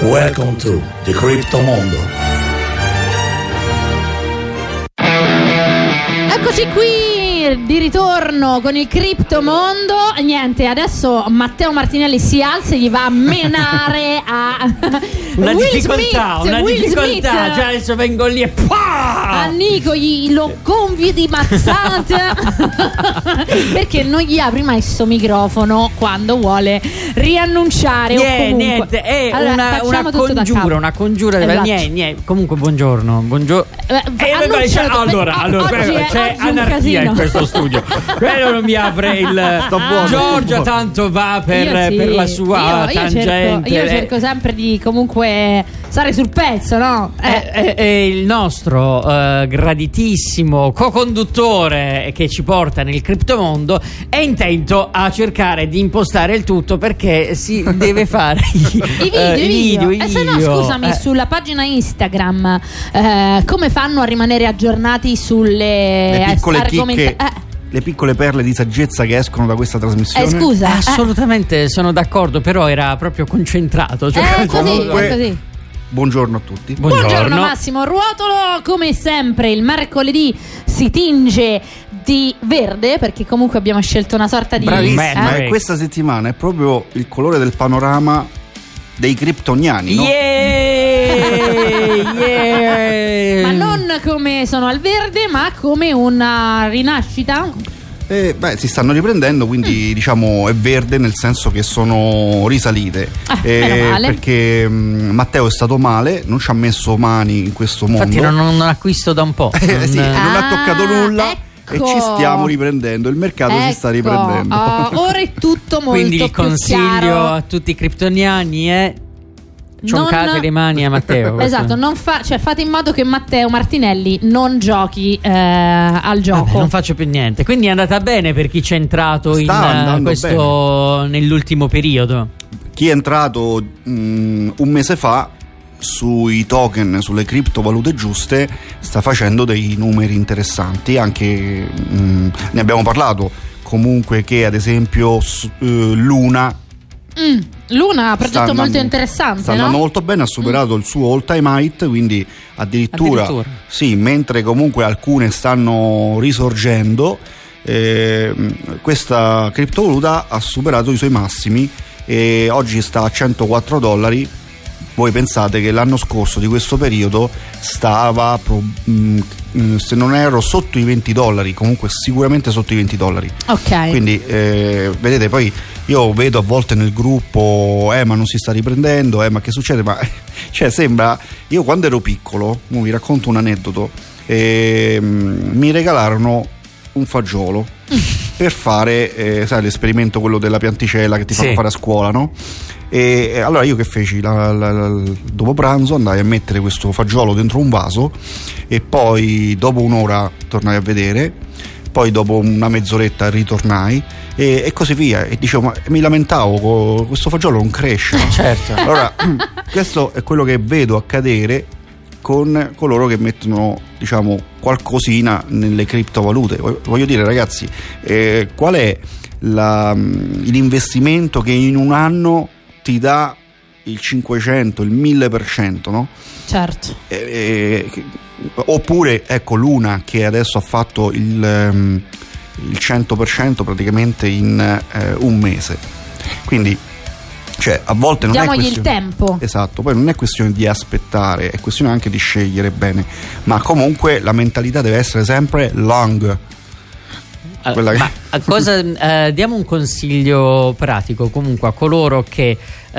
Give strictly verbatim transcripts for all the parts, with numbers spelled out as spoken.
Welcome to the Crypto Mondo. Eccoci qui di ritorno con il Crypto Mondo. Niente, adesso Matteo Martinelli si alza e gli va a menare a una Will difficoltà, Smith, una Will difficoltà. Smith. Cioè adesso vengo lì e pah! A Nico gli lo gonfio di mazzate perché non gli apri mai sto microfono quando vuole riannunciare. Niente, o comunque. niente, è Allora, una, facciamo una tutto da capo. congiura, una congiura. Esatto. Niente, niente. Comunque, buongiorno, buongiorno. Eh, Eh, vabbè, c'è- annuncialo, allora, o- allora oggi è- c'è oggi è un anarchia casino. in questo studio. Quello non mi apre il. Sto buono, sto Giorgia buono. tanto va per, Io sì. per la sua io, io tangente. cerco, io cerco sempre di comunque stare sul pezzo, no? Eh. È, è- è il nostro eh, graditissimo co-conduttore che ci porta nel criptomondo è intento a cercare di impostare il tutto perché si deve fare i, I video, eh, i video. E se no, video. scusami, Eh, sulla pagina Instagram, eh, come fanno a rimanere aggiornati sulle Le piccole argomenta- chicche, eh, le piccole perle di saggezza che escono da questa trasmissione. eh, scusa, eh. assolutamente sono d'accordo, però era proprio concentrato. Cioè, Eh, così, comunque- è così. Buongiorno a tutti. Buongiorno. Buongiorno Massimo Ruotolo, come sempre il mercoledì si tinge di verde perché comunque abbiamo scelto una sorta di Bravissima, eh? e questa settimana è proprio il colore del panorama dei criptoniani, no? Yeah, yeah. ma non come sono al verde, ma come una rinascita. Eh, beh, si stanno riprendendo, quindi diciamo è verde nel senso che sono risalite. Ah, meno male. Perché mh, Matteo è stato male, non ci ha messo mani in questo mondo. Infatti non, non acquisto da un po'. Eh, sì, Non- non ha Ah, toccato nulla e ecco. ci stiamo riprendendo. Il mercato si sta Ecco, riprendendo. oh, ora è tutto molto Quindi il più consiglio chiaro. a tutti i criptoniani è cioncate Non- le mani a Matteo. Questo- Esatto, non fa, cioè fate in modo che Matteo Martinelli non giochi eh, al gioco. Vabbè, non faccio più niente. Quindi è andata bene per chi c'è entrato in Sta eh, andando questo nell'ultimo periodo. Chi è entrato mh, un mese fa sui token, sulle criptovalute giuste, sta facendo dei numeri interessanti. Anche mh, ne abbiamo parlato comunque, che ad esempio su- eh, Luna Mm, Luna, progetto sta andando- molto interessante, sta no? andando molto bene, ha superato il suo all time height, quindi addirittura, Addirittura. sì, mentre comunque alcune stanno risorgendo, eh, questa criptovaluta ha superato i suoi massimi e oggi sta a centoquattro dollari. Voi pensate che l'anno scorso di questo periodo stava pro- mh, mh, se non erro sotto i venti dollari, comunque sicuramente sotto i venti dollari. Ok. Quindi eh, vedete, poi io vedo a volte nel gruppo eh ma non si sta riprendendo, eh ma che succede? Ma cioè sembra, io quando ero piccolo, mo vi racconto un aneddoto, eh, mi regalarono un fagiolo per fare eh, sai, l'esperimento, quello della pianticella che ti Sì. fanno fare a scuola, no? E e allora io che feci? La, la, la, dopo pranzo andai a mettere questo fagiolo dentro un vaso e poi dopo un'ora tornai a vedere, poi dopo una mezz'oretta ritornai e, e così via, e dicevo, ma mi lamentavo, co- questo fagiolo non cresce, no? Certo. Allora questo è quello che vedo accadere con coloro che mettono, diciamo, qualcosina nelle criptovalute. Voglio dire, ragazzi, eh, qual è la, l'investimento che in un anno ti dà il cinquecento, il mille per cento, no? Certo. Eh, eh, oppure ecco Luna, che adesso ha fatto il, ehm, il cento per cento praticamente in eh, un mese. Quindi, cioè, a volte non Diamogli è il questione, tempo. esatto, poi non è questione di aspettare, è questione anche di scegliere bene, ma comunque la mentalità deve essere sempre long. Quella che- Ma a cosa eh, diamo un consiglio pratico comunque a coloro che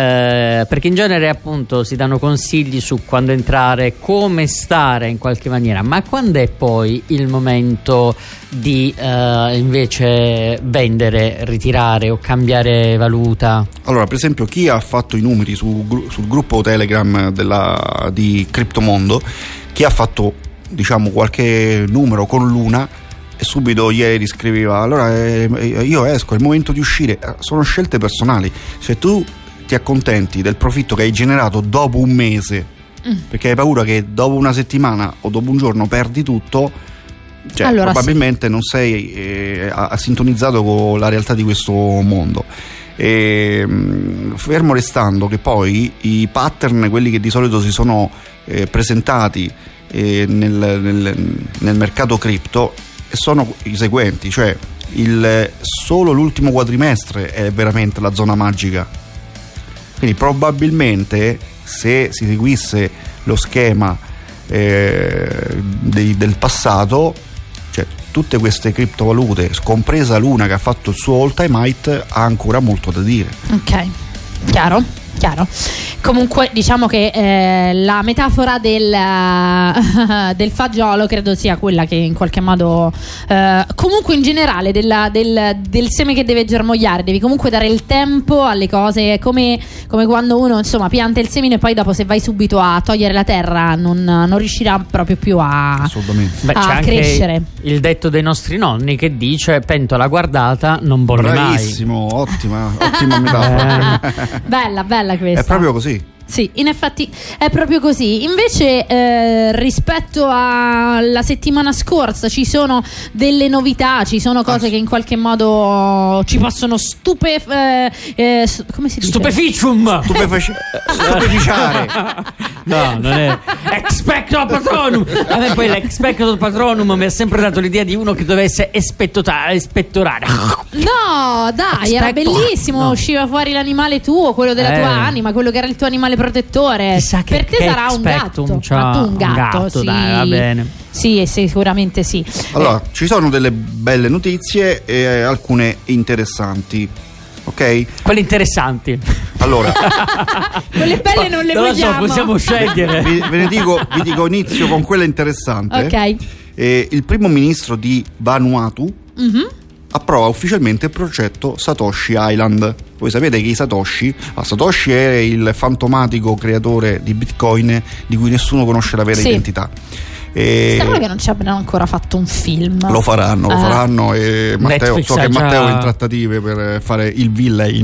eh, perché in genere appunto si danno consigli su quando entrare, come stare in qualche maniera, ma quando è poi il momento di eh, invece vendere, ritirare o cambiare valuta? Allora, per esempio, chi ha fatto i numeri su, gru- sul gruppo Telegram della, di Criptomondo, chi ha fatto, diciamo, qualche numero con Luna, e subito ieri scriveva, allora eh, io esco, è il momento di uscire. Sono scelte personali. Se tu ti accontenti del profitto che hai generato dopo un mese, mm. perché hai paura che dopo una settimana o dopo un giorno perdi tutto, cioè allora probabilmente sì. non sei eh, sintonizzato con la realtà di questo mondo. E, mh, fermo restando che poi i pattern, quelli che di solito si sono eh, presentati eh, nel, nel, nel mercato cripto, sono i seguenti, cioè il, solo l'ultimo quadrimestre è veramente la zona magica, quindi probabilmente se si seguisse lo schema eh, dei, del passato, cioè tutte queste criptovalute, compresa l'una che ha fatto il suo all time high, ha ancora molto da dire. Ok, chiaro, chiaro. Comunque diciamo che eh, la metafora del, uh, del fagiolo credo sia quella che in qualche modo uh, comunque in generale della, del, del seme che deve germogliare, devi comunque dare il tempo alle cose, come, come quando uno insomma pianta il semine e poi dopo se vai subito a togliere la terra non, non riuscirà proprio più a, Assolutamente. Beh, a c'è crescere. anche il detto dei nostri nonni che dice pentola guardata non bolle mai. Bravissimo, ottima, ottima metafora. Bella, bella questa. È proprio così. Sì, in effetti è proprio così. Invece eh, rispetto alla settimana scorsa ci sono delle novità, ci sono cose ah, che in qualche modo ci possono stupe eh, eh, come si dice? Stupeficium. Stupefaci- stupeficiare. No, non è expecto patronum. A me poi l'expecto patronum mi ha sempre dato l'idea di uno che dovesse espettotare, ispettorare. No, dai, era Aspetto. bellissimo, No. usciva fuori l'animale tuo, quello della Eh. tua anima, quello che era il tuo animale protettore. Chissà che- per te che sarà un expectum gatto. c'ha. Ma tu un gatto, Un gatto, sì. dai, va bene. Sì, sì, sicuramente sì. Allora, ci sono delle belle notizie e alcune interessanti. Ok? Quelli interessanti. Allora, Quelle belle non le non lo vogliamo. so, possiamo scegliere. vi, ve ne dico, vi dico inizio con quella interessante. Ok. Eh, il primo ministro di Vanuatu Mhm. approva ufficialmente il progetto Satoshi Island. Voi sapete che i Satoshi, ah, Satoshi è il fantomatico creatore di Bitcoin di cui nessuno conosce la vera Sì. identità. E Sembra che non ci abbiano ancora fatto un film. lo faranno, lo Ah. faranno e Matteo, Netflix so che ha già- Matteo è in trattative per fare il villain.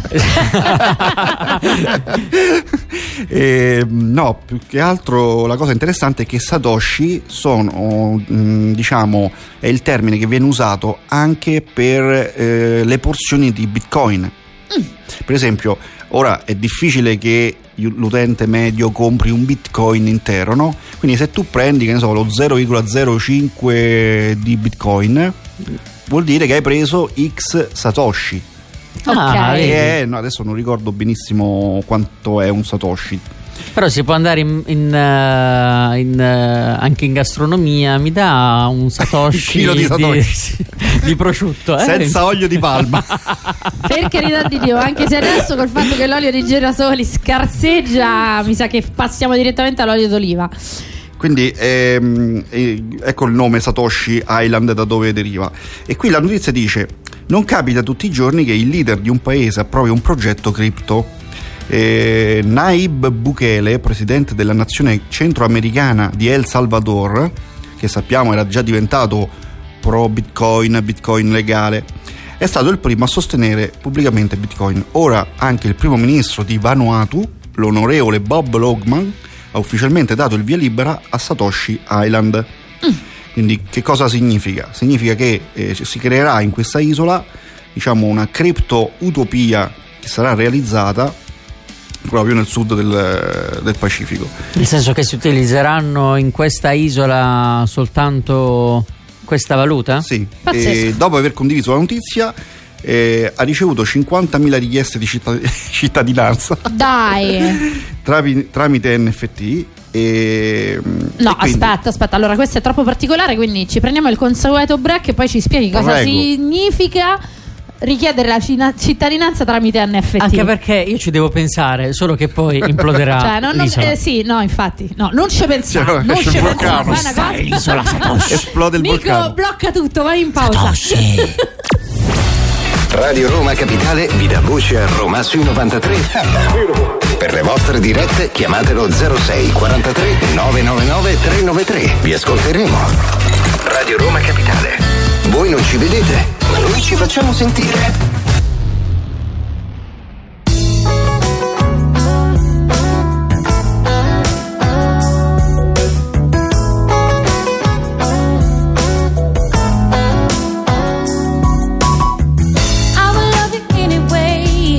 E, no, più che altro la cosa interessante è che Satoshi sono, mh, diciamo, è il termine che viene usato anche per eh, le porzioni di Bitcoin. Mm. Per esempio, ora è difficile che l'utente medio compri un Bitcoin intero, no? Quindi se tu prendi, che ne so, lo zero virgola zero cinque di Bitcoin, vuol dire che hai preso X Satoshi. Ah, Ok. vedi. Che è, no, adesso non ricordo benissimo quanto è un Satoshi. Però si può andare in, in, eh, in, eh, anche in gastronomia. Mi dà un satoshi Un chilo di satoshi. sì, di prosciutto, eh? Senza olio di palma. Per carità di Dio, anche se adesso col fatto che l'olio di girasoli scarseggia, mi sa che passiamo direttamente all'olio d'oliva. Quindi ehm, eh, ecco il nome Satoshi Island da dove deriva. E qui la notizia dice: non capita tutti i giorni che il leader di un paese approvi un progetto cripto. Eh, Nayib Bukele, presidente della nazione centroamericana di El Salvador, che sappiamo era già diventato pro Bitcoin, Bitcoin legale, è stato il primo a sostenere pubblicamente Bitcoin. Ora anche il primo ministro di Vanuatu, l'onorevole Bob Logman, ha ufficialmente dato il via libera a Satoshi Island. Mm. Quindi che cosa significa? Significa che eh, si creerà in questa isola, diciamo, una cripto utopia che sarà realizzata proprio nel sud del, del Pacifico. Nel senso che si utilizzeranno in questa isola soltanto questa valuta? Sì. Pazzesco. E dopo aver condiviso la notizia eh, ha ricevuto cinquantamila richieste di cittad- cittadinanza Dai. travi- tramite N F T. E, No, e quindi- aspetta, aspetta. Allora, questo è troppo particolare, quindi ci prendiamo il consueto break e poi ci spieghi cosa Prego. significa richiedere la cina- cittadinanza tramite N F T. Anche perché io ci devo pensare, solo che poi imploderà Cioè, non, non, l'isola. eh, sì, no, infatti, no, non ci pensiamo. Cioè, non esce ci il pensiamo. vulcano. Fai una cosa. l'isola Satoshi. esplode il Nico, vulcano. blocca tutto, vai in pausa. Radio Roma Capitale vi dà voce a Roma sui novantatré. Per le vostre dirette chiamatelo zero sei quarantatré novecentonovantanove trecentonovantatré. Vi ascolteremo. Radio Roma Capitale. Voi non ci vedete, ma noi ci facciamo sentire. I will love you anyway.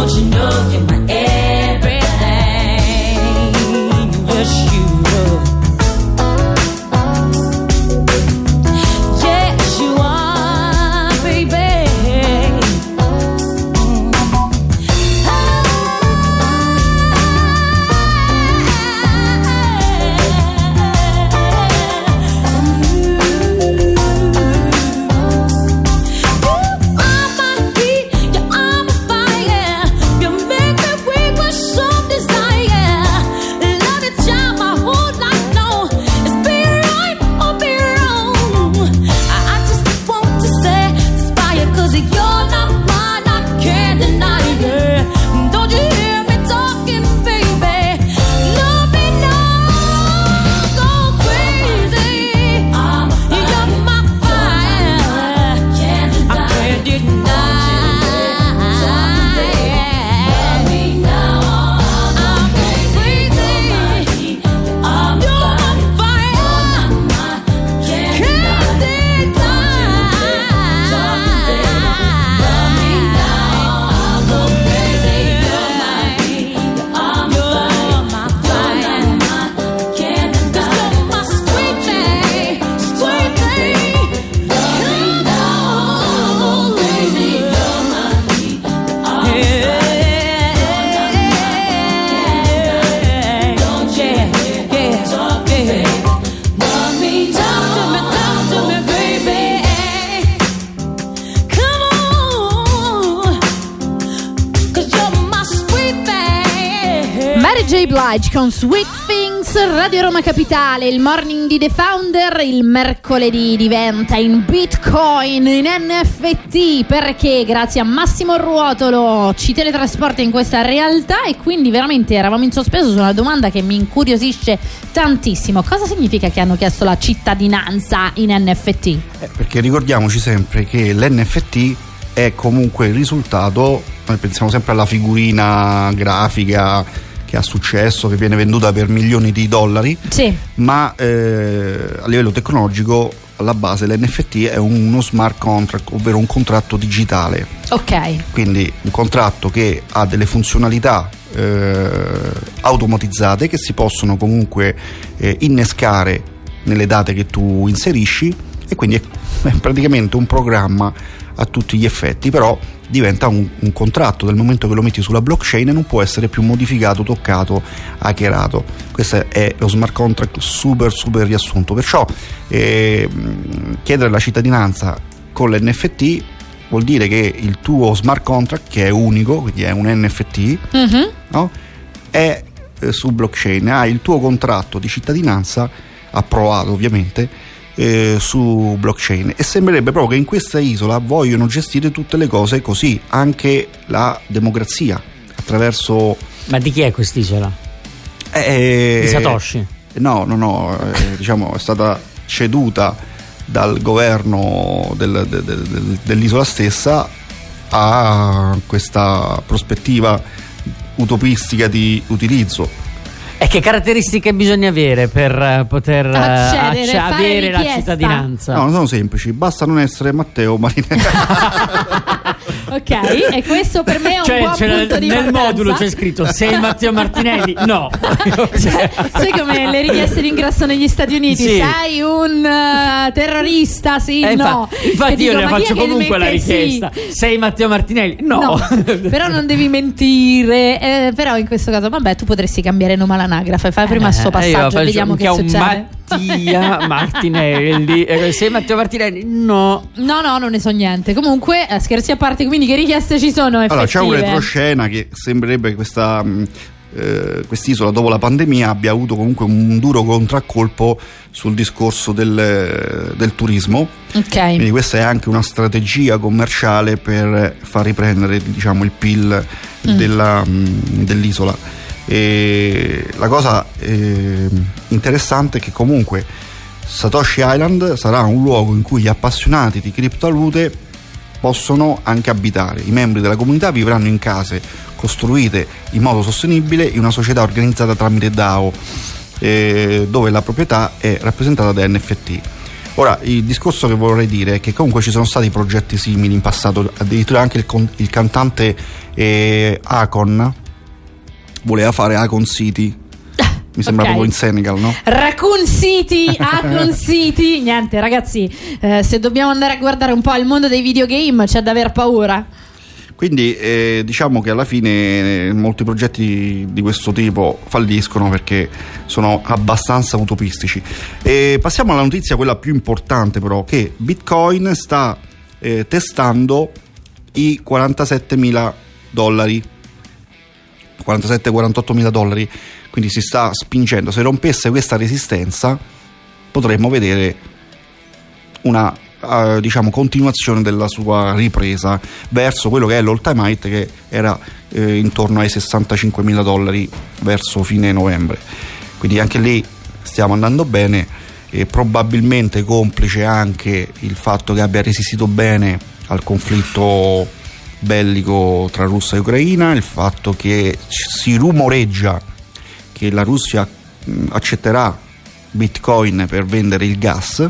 Don't you know you're my everything? Yes, you are. Yes, you are, baby. J. Blige con Sweet Things, Radio Roma Capitale, il morning di The Founder. Il mercoledì diventa in Bitcoin, in N F T, perché grazie a Massimo Ruotolo ci teletrasporta in questa realtà. E quindi veramente eravamo in sospeso su una domanda che mi incuriosisce tantissimo: cosa significa che hanno chiesto la cittadinanza in N F T? Eh, perché ricordiamoci sempre che l'N F T è comunque il risultato, noi pensiamo sempre alla figurina grafica che ha successo, che viene venduta per milioni di dollari, sì. ma eh, a livello tecnologico alla base l'N F T è uno smart contract, ovvero un contratto digitale. Ok. Quindi un contratto che ha delle funzionalità eh, automatizzate che si possono comunque eh, innescare nelle date che tu inserisci, e quindi è, è praticamente un programma a tutti gli effetti, però diventa un, un contratto dal momento che lo metti sulla blockchain e non può essere più modificato, toccato, hackerato. Questo è lo smart contract super super riassunto. Perciò eh, chiedere la cittadinanza con l'N F T vuol dire che il tuo smart contract, che è unico, quindi è un N F T, mm-hmm. no? è eh, su blockchain, hai il tuo contratto di cittadinanza approvato ovviamente Eh, su blockchain, e sembrerebbe proprio che in questa isola vogliono gestire tutte le cose così, anche la democrazia attraverso. Ma di chi è quest'isola? Eh, di Satoshi? No, no, no, eh, diciamo è stata ceduta dal governo del, del, del, dell'isola stessa a questa prospettiva utopistica di utilizzo. E che caratteristiche bisogna avere per poter accedere, acc- avere la cittadinanza? No, non sono semplici, basta non essere Matteo Marinelli. Ok, e questo per me è un cioè, buon punto di nel partenza. modulo c'è scritto: sei Matteo Martinelli? No. Cioè, sai come le richieste di ingresso negli Stati Uniti? Sì. Sei un uh, terrorista? Sì, eh, no. Infatti, infatti dico, io ne faccio comunque la mette, richiesta. Sì. Sei Matteo Martinelli? No. no. Però non devi mentire. Eh, però in questo caso, vabbè, tu potresti cambiare nome all'anagrafe. Fai prima il suo passaggio e vediamo che succede. Mattia Martinelli. Sei Matteo Martinelli? No. No, no, non ne so niente. Comunque, eh, scherzi a parte, quindi che richieste ci sono effettive? Allora, c'è un retroscena che sembrerebbe che questa eh, quest'isola dopo la pandemia abbia avuto comunque un duro contraccolpo sul discorso del, del turismo. Ok. Quindi questa è anche una strategia commerciale per far riprendere, diciamo, il P I L mm. della, dell'isola. E la cosa eh, interessante è che comunque Satoshi Island sarà un luogo in cui gli appassionati di criptovalute possono anche abitare. I membri della comunità vivranno in case costruite in modo sostenibile in una società organizzata tramite DAO, eh, dove la proprietà è rappresentata da N F T. Ora, il discorso che vorrei dire è che comunque ci sono stati progetti simili in passato, addirittura anche il, con- il cantante eh, Akon voleva fare Akon City. Mi sembra Ok. proprio in Senegal, no? Raccoon City, Akon City. Niente, ragazzi, eh, se dobbiamo andare a guardare un po' il mondo dei videogame c'è da aver paura. Quindi eh, diciamo che alla fine eh, molti progetti di questo tipo falliscono perché sono abbastanza utopistici. E passiamo alla notizia, quella più importante però, che Bitcoin sta eh, testando i quarantasettemila dollari, quarantasette quarantotto mila dollari, quindi si sta spingendo. Se rompesse questa resistenza potremmo vedere una uh, diciamo continuazione della sua ripresa verso quello che è l'all time high, che era eh, intorno ai sessantacinquemila dollari verso fine novembre. Quindi anche lì stiamo andando bene, e probabilmente complice anche il fatto che abbia resistito bene al conflitto bellico tra Russia e Ucraina, il fatto che si rumoreggia che la Russia mh, accetterà Bitcoin per vendere il gas,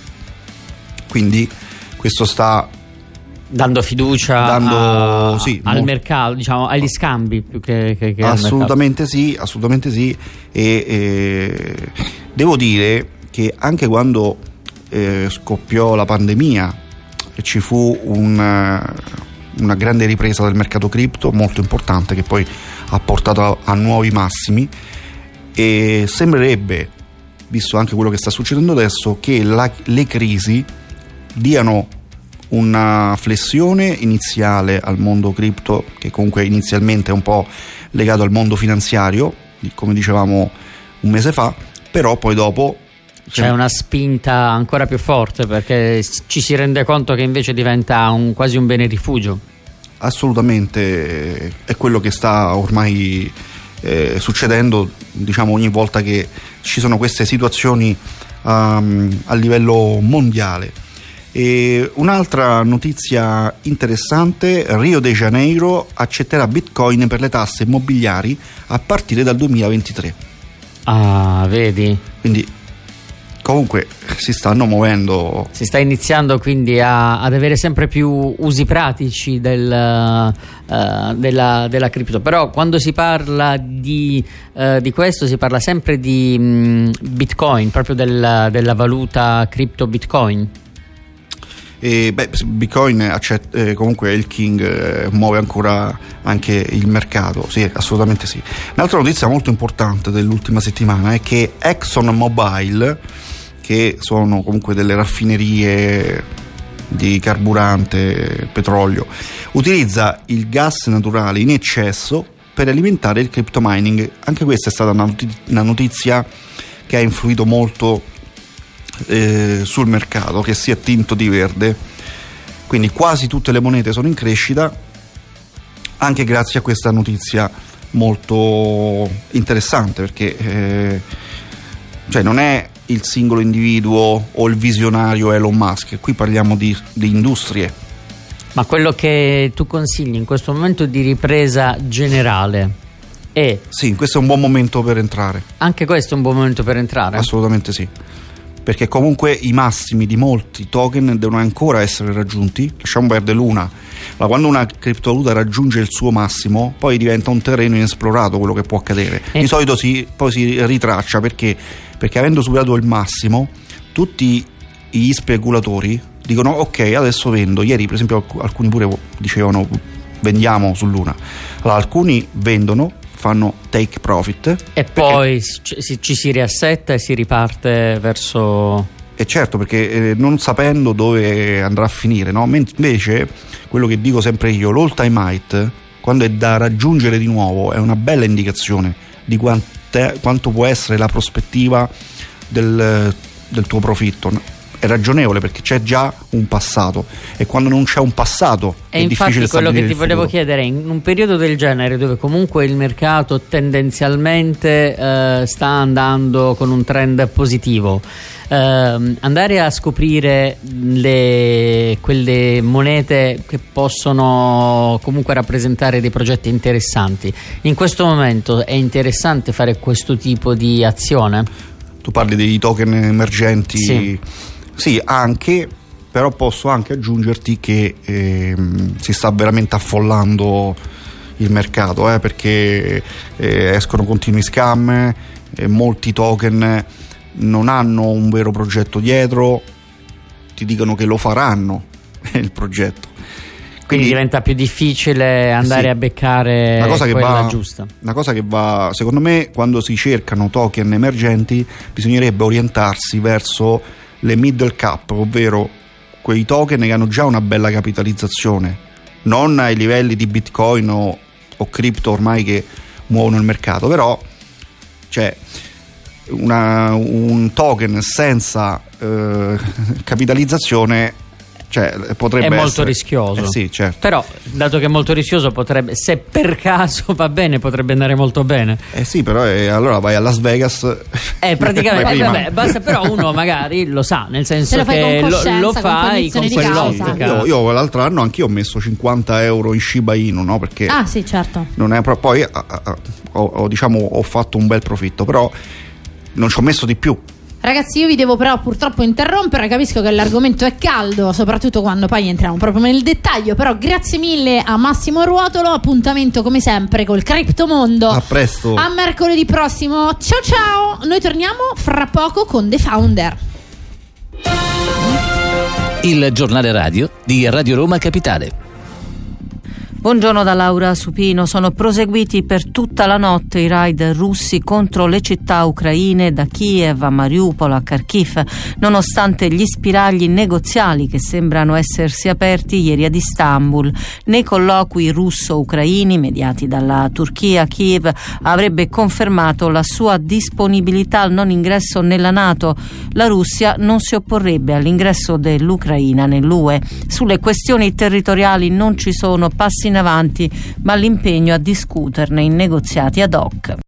quindi questo sta dando fiducia dando, a- sì, al molto- mercato, diciamo agli scambi più che, che, che al mercato. assolutamente sì, assolutamente sì. E, e devo dire che anche quando eh, scoppiò la pandemia e ci fu un, una grande ripresa del mercato cripto molto importante, che poi ha portato a, a nuovi massimi, e sembrerebbe, visto anche quello che sta succedendo adesso, che la, le crisi diano una flessione iniziale al mondo cripto, che comunque inizialmente è un po' legato al mondo finanziario, come dicevamo un mese fa, però poi dopo C'è una spinta ancora più forte, perché ci si rende conto che invece diventa un, quasi un bene rifugio. assolutamente è quello che sta ormai eh, succedendo, diciamo, ogni volta che ci sono queste situazioni um, a livello mondiale. E un'altra notizia interessante: Rio de Janeiro accetterà Bitcoin per le tasse immobiliari a partire dal duemilaventitré. Ah, vedi? Quindi comunque si stanno muovendo. Si sta iniziando quindi a, ad avere sempre più usi pratici del, uh, della, della cripto. Però quando si parla di, uh, di questo si parla sempre di mh, Bitcoin, proprio del, della valuta cripto Bitcoin. E beh, Bitcoin accett- eh, comunque è il king, eh, muove ancora anche il mercato, sì, assolutamente sì. Un'altra notizia molto importante dell'ultima settimana è che ExxonMobil, che sono comunque delle raffinerie di carburante, petrolio, utilizza il gas naturale in eccesso per alimentare il crypto mining. Anche questa è stata una, not- una notizia che ha influito molto Eh, sul mercato, che si è tinto di verde. Quindi quasi tutte le monete sono in crescita, anche grazie a questa notizia molto interessante, perché eh, cioè non è il singolo individuo o il visionario Elon Musk, qui parliamo di, di industrie. Ma quello che tu consigli in questo momento di ripresa generale è... Sì, questo è un buon momento per entrare. Anche questo è un buon momento per entrare? Assolutamente sì, perché comunque i massimi di molti token devono ancora essere raggiunti. Lasciamo perdere l'una, ma quando una criptovaluta raggiunge il suo massimo poi diventa un terreno inesplorato quello che può accadere. Eh. Di solito si, poi si ritraccia, perché perché avendo superato il massimo tutti gli speculatori dicono ok, adesso vendo. Ieri per esempio alcuni pure dicevano vendiamo sull'una, allora alcuni vendono, fanno take profit, E perché, poi ci, si- ci si riassetta e si riparte verso... e certo, perché eh, non sapendo dove andrà a finire, no? Men- invece quello che dico sempre io, l'all time high, quando è da raggiungere di nuovo, è una bella indicazione di quant'è- quanto può essere la prospettiva del, del tuo profitto. È ragionevole perché c'è già un passato, e quando non c'è un passato E è infatti difficile quello che stabilire ti il volevo futuro. chiedere, in un periodo del genere dove comunque il mercato tendenzialmente eh, sta andando con un trend positivo, ehm, andare a scoprire le, quelle monete che possono comunque rappresentare dei progetti interessanti, in questo momento è interessante fare questo tipo di azione? Tu parli dei token emergenti. Sì. Sì, anche, però posso anche aggiungerti che ehm, si sta veramente affollando il mercato, eh, perché eh, escono continui scam, eh, molti token non hanno un vero progetto dietro, ti dicono che lo faranno il progetto. Quindi, Quindi diventa più difficile andare sì, a beccare una cosa che quella va, giusta. Una cosa che va, secondo me, quando si cercano token emergenti, bisognerebbe orientarsi verso le middle cap, ovvero quei token che hanno già una bella capitalizzazione, non ai livelli di Bitcoin o, o cripto ormai che muovono il mercato, però cioè una, un token senza eh, capitalizzazione, cioè, potrebbe è molto essere rischioso. Eh sì, certo. Però, dato che è molto rischioso, potrebbe, se per caso va bene, potrebbe andare molto bene. Eh sì, però eh, allora vai a Las Vegas. Eh, praticamente, vai eh, vabbè, basta, però uno magari lo sa, nel senso lo fai che con lo, coscienza, lo con fai con cognizione di quell'ottica. Io, io l'altro anno anch'io ho messo cinquanta euro in Shiba Inu, no? Perché Ah sì, certo. non è pro- poi ah, ah, ho, ho, diciamo, ho fatto un bel profitto, però non ci ho messo di più. Ragazzi, io vi devo però purtroppo interrompere, capisco che l'argomento è caldo, soprattutto quando poi entriamo proprio nel dettaglio, però grazie mille a Massimo Ruotolo, appuntamento come sempre col Criptomondo. A presto. A mercoledì prossimo, ciao ciao, noi torniamo fra poco con The Founder. Il giornale radio di Radio Roma Capitale. Buongiorno da Laura Supino. Sono proseguiti per tutta la notte i raid russi contro le città ucraine da Kiev a Mariupol a Kharkiv, nonostante gli spiragli negoziali che sembrano essersi aperti ieri ad Istanbul. Nei colloqui russo-ucraini mediati dalla Turchia, Kiev avrebbe confermato la sua disponibilità al non ingresso nella NATO. La Russia non si opporrebbe all'ingresso dell'Ucraina nell'U E. Sulle questioni territoriali non ci sono passi in avanti, ma l'impegno a discuterne in negoziati ad hoc.